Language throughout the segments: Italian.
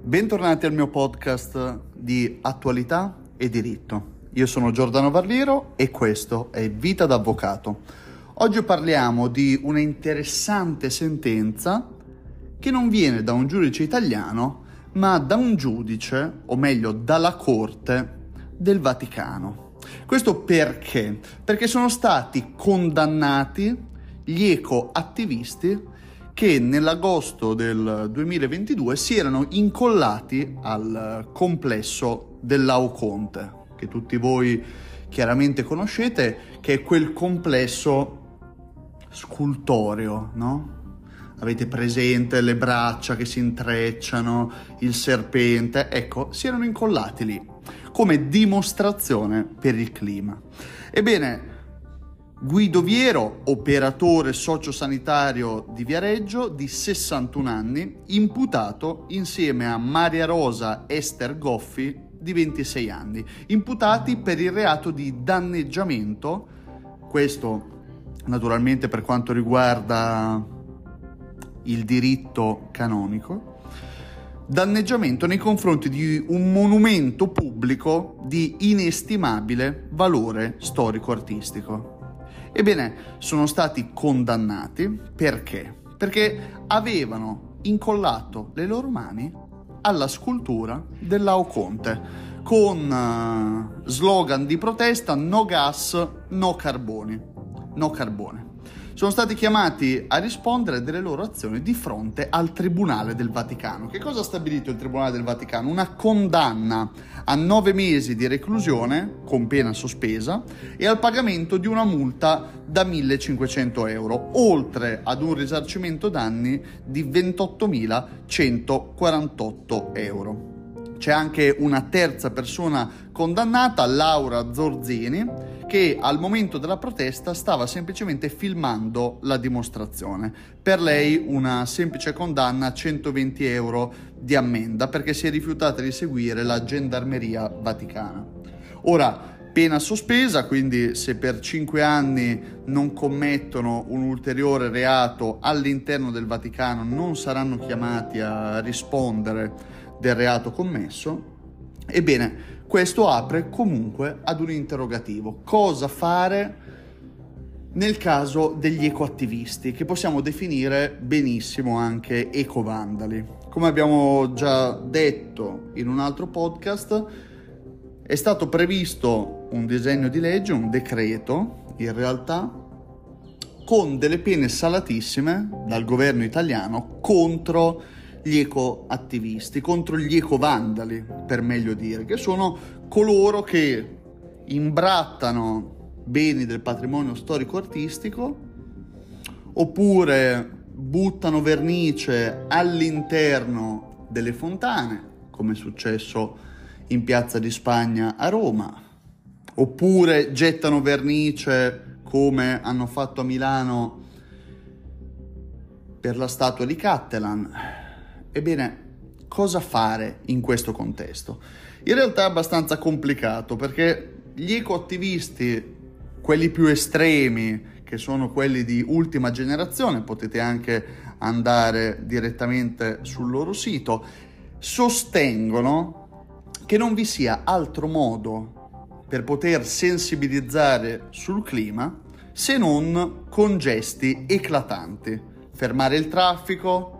Bentornati al mio podcast di attualità e diritto. Io sono Giordano Varliero e questo è Vita d'Avvocato. Oggi parliamo di una interessante sentenza che non viene da un giudice italiano, ma da un giudice, o meglio dalla Corte del Vaticano. Questo perché? Perché sono stati condannati gli ecoattivisti che nell'agosto del 2022 si erano incollati al complesso dell'Auconte, che tutti voi chiaramente conoscete, che è quel complesso scultoreo, no? Avete presente le braccia che si intrecciano, il serpente? Ecco, si erano incollati lì, come dimostrazione per il clima. Ebbene, Guido Viero, operatore sociosanitario di Viareggio, di 61 anni, imputato insieme a Maria Rosa Ester Goffi, di 26 anni, imputati per il reato di danneggiamento, questo naturalmente per quanto riguarda il diritto canonico, danneggiamento nei confronti di un monumento pubblico di inestimabile valore storico-artistico. Ebbene, sono stati condannati perché? Perché avevano incollato le loro mani alla scultura dell'Auconte con slogan di protesta: no gas, no carbone. Sono stati chiamati a rispondere delle loro azioni di fronte al Tribunale del Vaticano. Che cosa ha stabilito il Tribunale del Vaticano? Una condanna a 9 mesi di reclusione con pena sospesa e al pagamento di una multa da 1.500 euro, oltre ad un risarcimento danni di 28.148 euro. C'è anche una terza persona condannata, Laura Zorzini, che al momento della protesta stava semplicemente filmando la dimostrazione. Per lei una semplice condanna a 120 euro di ammenda perché si è rifiutata di seguire la Gendarmeria Vaticana. Ora, pena sospesa, quindi se per 5 anni non commettono un ulteriore reato all'interno del Vaticano non saranno chiamati a rispondere del reato commesso. Ebbene, questo apre comunque ad un interrogativo: cosa fare nel caso degli ecoattivisti, che possiamo definire benissimo anche ecovandali? Come abbiamo già detto in un altro podcast, è stato previsto un disegno di legge, un decreto in realtà, con delle pene salatissime dal governo italiano contro gli ecoattivisti, contro gli ecovandali, per meglio dire, che sono coloro che imbrattano beni del patrimonio storico-artistico oppure buttano vernice all'interno delle fontane, come è successo in Piazza di Spagna a Roma, oppure gettano vernice come hanno fatto a Milano per la statua di Cattelan. Ebbene, cosa fare in questo contesto? In realtà è abbastanza complicato, perché gli ecoattivisti, quelli più estremi, che sono quelli di ultima generazione, potete anche andare direttamente sul loro sito, sostengono che non vi sia altro modo per poter sensibilizzare sul clima se non con gesti eclatanti: fermare il traffico,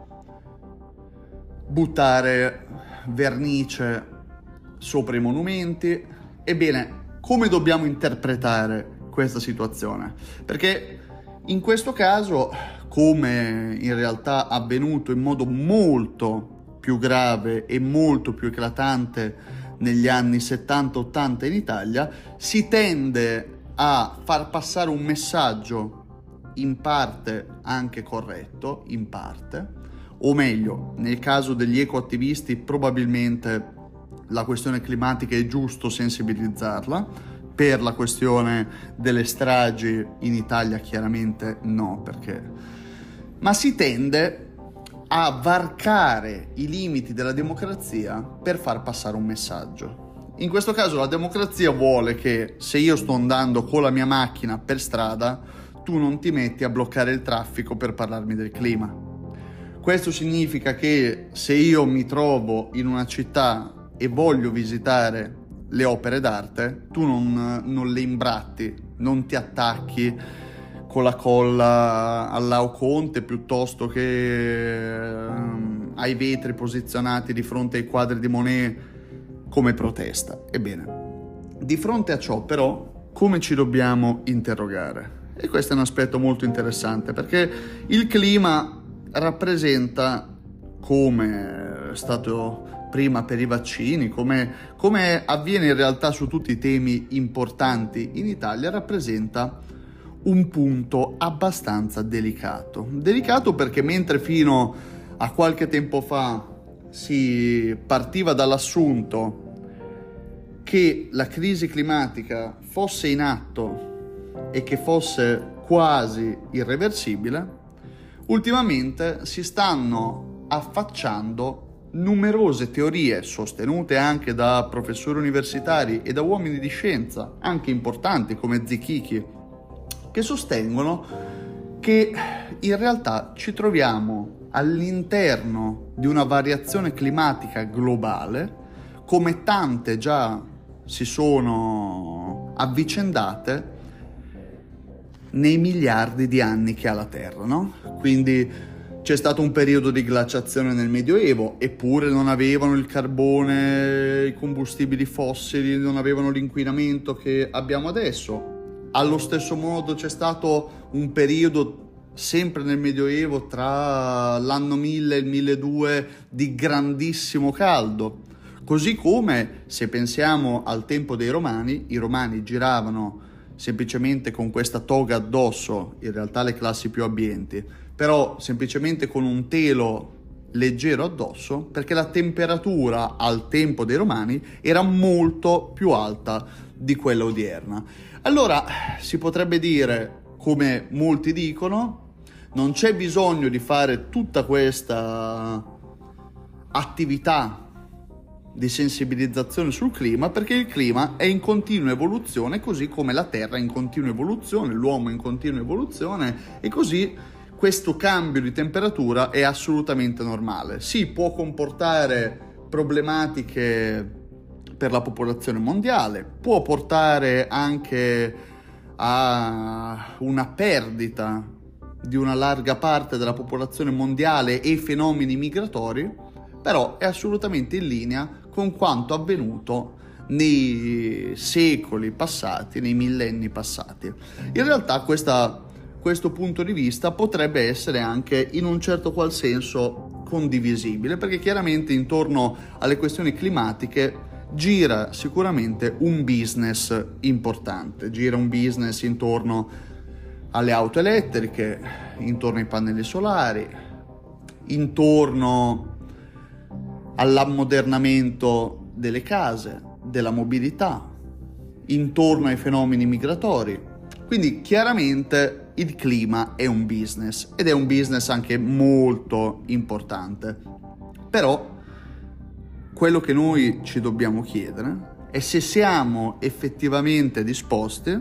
buttare vernice sopra i monumenti. Ebbene, come dobbiamo interpretare questa situazione? Perché in questo caso, come in realtà avvenuto in modo molto più grave e molto più eclatante negli anni 70-80 in Italia, si tende a far passare un messaggio in parte anche corretto, in parte, o meglio, nel caso degli ecoattivisti probabilmente la questione climatica è giusto sensibilizzarla, per la questione delle stragi in Italia chiaramente no, ma si tende a varcare i limiti della democrazia per far passare un messaggio. In questo caso la democrazia vuole che se io sto andando con la mia macchina per strada, tu non ti metti a bloccare il traffico per parlarmi del clima. Questo significa che se io mi trovo in una città e voglio visitare le opere d'arte, tu non le imbratti, non ti attacchi con la colla al Laocoonte piuttosto che ai vetri posizionati di fronte ai quadri di Monet come protesta. Ebbene, di fronte a ciò però, come ci dobbiamo interrogare? E questo è un aspetto molto interessante, perché il clima rappresenta, come è stato prima per i vaccini, come avviene in realtà su tutti i temi importanti in Italia, rappresenta un punto abbastanza delicato. Delicato perché mentre fino a qualche tempo fa si partiva dall'assunto che la crisi climatica fosse in atto e che fosse quasi irreversibile, ultimamente si stanno affacciando numerose teorie sostenute anche da professori universitari e da uomini di scienza, anche importanti come Zichichi, che sostengono che in realtà ci troviamo all'interno di una variazione climatica globale, come tante già si sono avvicendate nei miliardi di anni che ha la Terra, no? Quindi c'è stato un periodo di glaciazione nel Medioevo, eppure non avevano il carbone, i combustibili fossili, non avevano l'inquinamento che abbiamo adesso. Allo stesso modo c'è stato un periodo sempre nel Medioevo tra l'anno 1000 e il 1200 di grandissimo caldo. Così come, se pensiamo al tempo dei Romani, i Romani giravano semplicemente con questa toga addosso, in realtà le classi più abbienti, però semplicemente con un telo leggero addosso, perché la temperatura al tempo dei Romani era molto più alta di quella odierna. Allora si potrebbe dire, come molti dicono, non c'è bisogno di fare tutta questa attività di sensibilizzazione sul clima, perché il clima è in continua evoluzione, così come la Terra è in continua evoluzione, l'uomo è in continua evoluzione, e così questo cambio di temperatura è assolutamente normale. Sì, può comportare problematiche per la popolazione mondiale, può portare anche a una perdita di una larga parte della popolazione mondiale e fenomeni migratori, però è assolutamente in linea con quanto avvenuto nei secoli passati, nei millenni passati. In realtà questo punto di vista potrebbe essere anche in un certo qual senso condivisibile, perché chiaramente intorno alle questioni climatiche gira sicuramente un business importante, gira un business intorno alle auto elettriche, intorno ai pannelli solari, intorno all'ammodernamento delle case, della mobilità, intorno ai fenomeni migratori. Quindi chiaramente il clima è un business, ed è un business anche molto importante. Però quello che noi ci dobbiamo chiedere è se siamo effettivamente disposti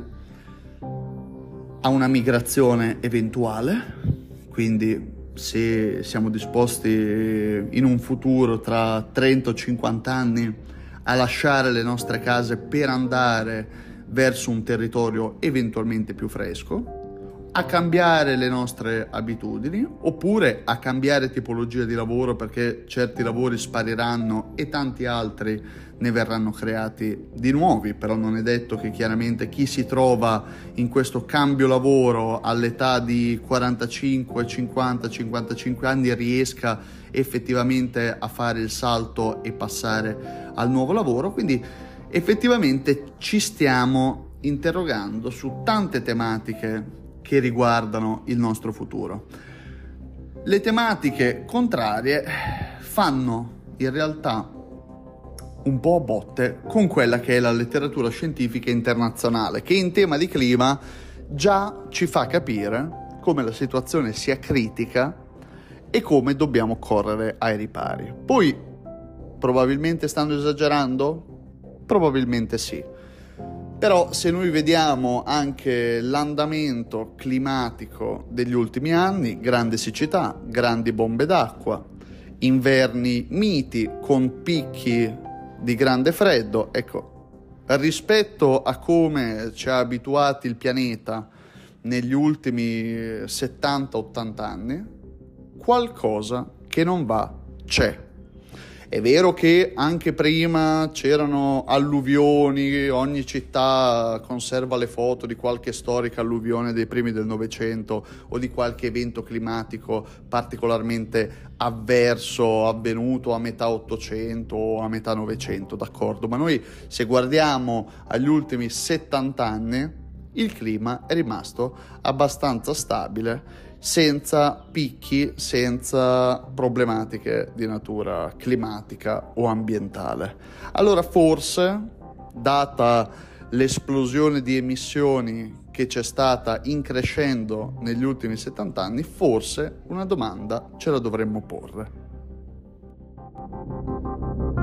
a una migrazione eventuale, quindi se siamo disposti in un futuro tra 30 o 50 anni a lasciare le nostre case per andare verso un territorio eventualmente più fresco, a cambiare le nostre abitudini, oppure a cambiare tipologia di lavoro, perché certi lavori spariranno e tanti altri ne verranno creati di nuovi. Però non è detto che chiaramente chi si trova in questo cambio lavoro all'età di 45, 50, 55 anni riesca effettivamente a fare il salto e passare al nuovo lavoro. Quindi effettivamente ci stiamo interrogando su tante tematiche che riguardano il nostro futuro. Le tematiche contrarie fanno in realtà un po' a botte con quella che è la letteratura scientifica internazionale, che in tema di clima già ci fa capire come la situazione sia critica e come dobbiamo correre ai ripari. Poi, probabilmente stanno esagerando? Probabilmente sì. Però se noi vediamo anche l'andamento climatico degli ultimi anni, grande siccità, grandi bombe d'acqua, inverni miti con picchi di grande freddo, ecco, rispetto a come ci ha abituati il pianeta negli ultimi 70-80 anni, qualcosa che non va c'è. È vero che anche prima c'erano alluvioni, ogni città conserva le foto di qualche storica alluvione dei primi del Novecento o di qualche evento climatico particolarmente avverso avvenuto a metà Ottocento o a metà Novecento, d'accordo? Ma noi, se guardiamo agli ultimi 70 anni, il clima è rimasto abbastanza stabile, senza picchi, senza problematiche di natura climatica o ambientale. Allora forse, data l'esplosione di emissioni che c'è stata in crescendo negli ultimi 70 anni, forse una domanda ce la dovremmo porre.